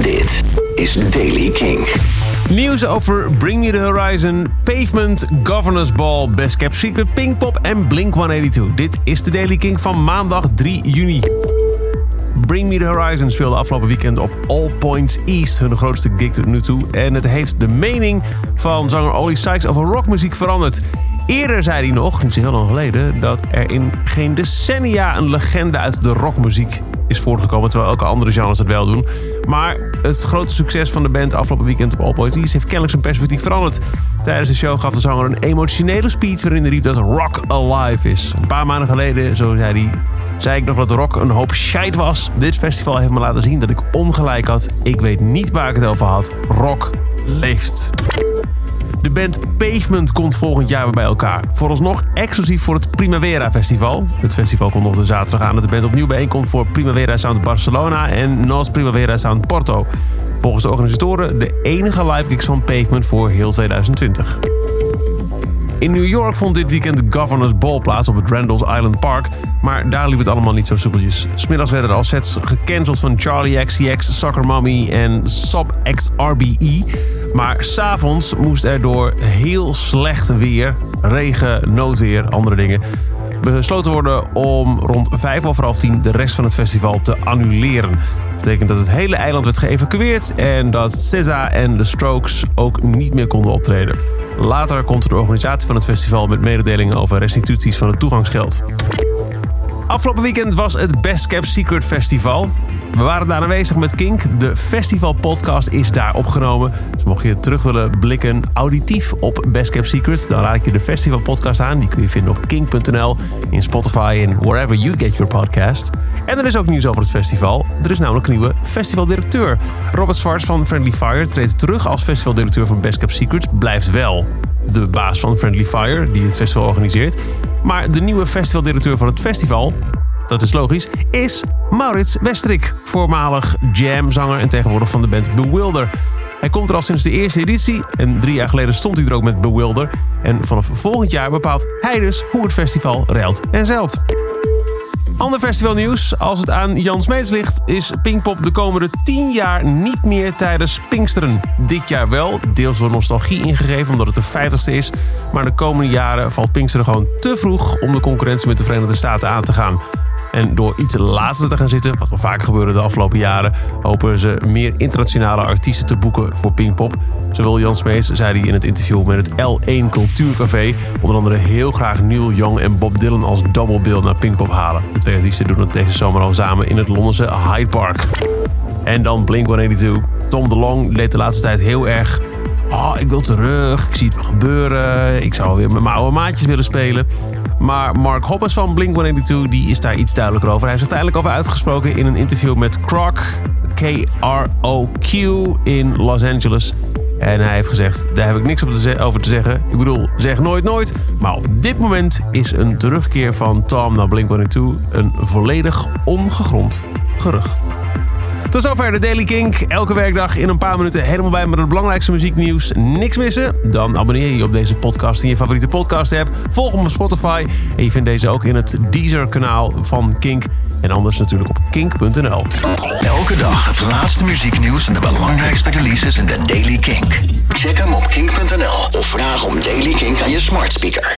Dit is Daily Kink. Nieuws over Bring Me The Horizon, Pavement, Governors Ball, Best Kept Secret, Pinkpop en Blink-182. Dit is de Daily Kink van maandag 3 juni. Bring Me The Horizon speelde afgelopen weekend op All Points East, hun grootste gig tot nu toe. En het heeft de mening van zanger Oli Sykes over rockmuziek veranderd. Eerder zei hij nog, niet zo heel lang geleden, dat er in geen decennia een legende uit de rockmuziek is voortgekomen, terwijl elke andere genres het wel doen. Maar het grote succes van de band afgelopen weekend op All Points East heeft kennelijk zijn perspectief veranderd. Tijdens de show gaf de zanger een emotionele speech waarin hij riep dat rock alive is. Een paar maanden geleden, zo zei ik nog dat rock een hoop shit was. Dit festival heeft me laten zien dat ik ongelijk had. Ik weet niet waar ik het over had. Rock leeft. De band Pavement komt volgend jaar weer bij elkaar. Vooralsnog exclusief voor het Primavera Festival. Het festival komt nog de zaterdag aan dat de band opnieuw bijeenkomt voor Primavera Sound Barcelona en Nos Primavera Sound Porto. Volgens de organisatoren de enige live gigs van Pavement voor heel 2020. In New York vond dit weekend de Governors Ball plaats op het Randall's Island Park. Maar daar liep het allemaal niet zo soepeltjes. 's Middags werden er al sets gecanceld van Charlie XCX, Soccer Mommy en Sub X RBE. Maar 's avonds moest er door heel slecht weer, regen, noodweer, andere dingen, besloten worden om rond 5:30 de rest van het festival te annuleren. Dat betekent dat het hele eiland werd geëvacueerd en dat SZA en The Strokes ook niet meer konden optreden. Later komt de organisatie van het festival met mededelingen over restituties van het toegangsgeld. Afgelopen weekend was het Best Kept Secret Festival. We waren daar aanwezig met Kink. De festivalpodcast is daar opgenomen. Dus mocht je terug willen blikken auditief op Best Kept Secret, dan raad ik je de festivalpodcast aan. Die kun je vinden op kink.nl, in Spotify en wherever you get your podcast. En er is ook nieuws over het festival. Er is namelijk een nieuwe festivaldirecteur. Robert Schwartz van Friendly Fire treedt terug als festivaldirecteur van Best Kept Secret. Blijft wel de baas van Friendly Fire, die het festival organiseert. Maar de nieuwe festivaldirecteur van het festival, dat is logisch, is Maurits Westrik. Voormalig Jam-zanger en tegenwoordig van de band Bewilder. Hij komt er al sinds de eerste editie en 3 jaar geleden stond hij er ook met Bewilder. En vanaf volgend jaar bepaalt hij dus hoe het festival ruilt en zeilt. Ander festivalnieuws. Als het aan Jan Smeets ligt, is Pinkpop de komende 10 jaar niet meer tijdens Pinksteren. Dit jaar wel, deels door nostalgie ingegeven omdat het de 50ste is. Maar de komende jaren valt Pinksteren gewoon te vroeg om de concurrentie met de Verenigde Staten aan te gaan. En door iets later te gaan zitten, wat wel vaker gebeurde de afgelopen jaren, hopen ze meer internationale artiesten te boeken voor Pinkpop. Zowel Jan Smeets, zei hij in het interview met het L1 Cultuurcafé, onder andere heel graag Neil Young en Bob Dylan als double naar Pinkpop halen. De 2 artiesten doen het deze zomer al samen in het Londense Hyde Park. En dan Blink-182. Tom DeLonge deed de laatste tijd heel erg: ik wil terug, ik zie het wel gebeuren, ik zou weer met mijn oude maatjes willen spelen. Maar Mark Hoppus van Blink-182 die is daar iets duidelijker over. Hij is uiteindelijk over uitgesproken in een interview met Kroq, K-R-O-Q, in Los Angeles. En hij heeft gezegd, daar heb ik niks over te zeggen. Ik bedoel, zeg nooit nooit. Maar op dit moment is een terugkeer van Tom naar Blink-182 een volledig ongegrond gerucht. Tot zover de Daily Kink. Elke werkdag in een paar minuten helemaal bij met het belangrijkste muzieknieuws. Niks missen? Dan abonneer je op deze podcast in je favoriete podcast app. Volg hem op Spotify. En je vindt deze ook in het Deezer kanaal van Kink. En anders natuurlijk op kink.nl. Elke dag het laatste muzieknieuws en de belangrijkste releases in de Daily Kink. Check hem op kink.nl of vraag om Daily Kink aan je smart speaker.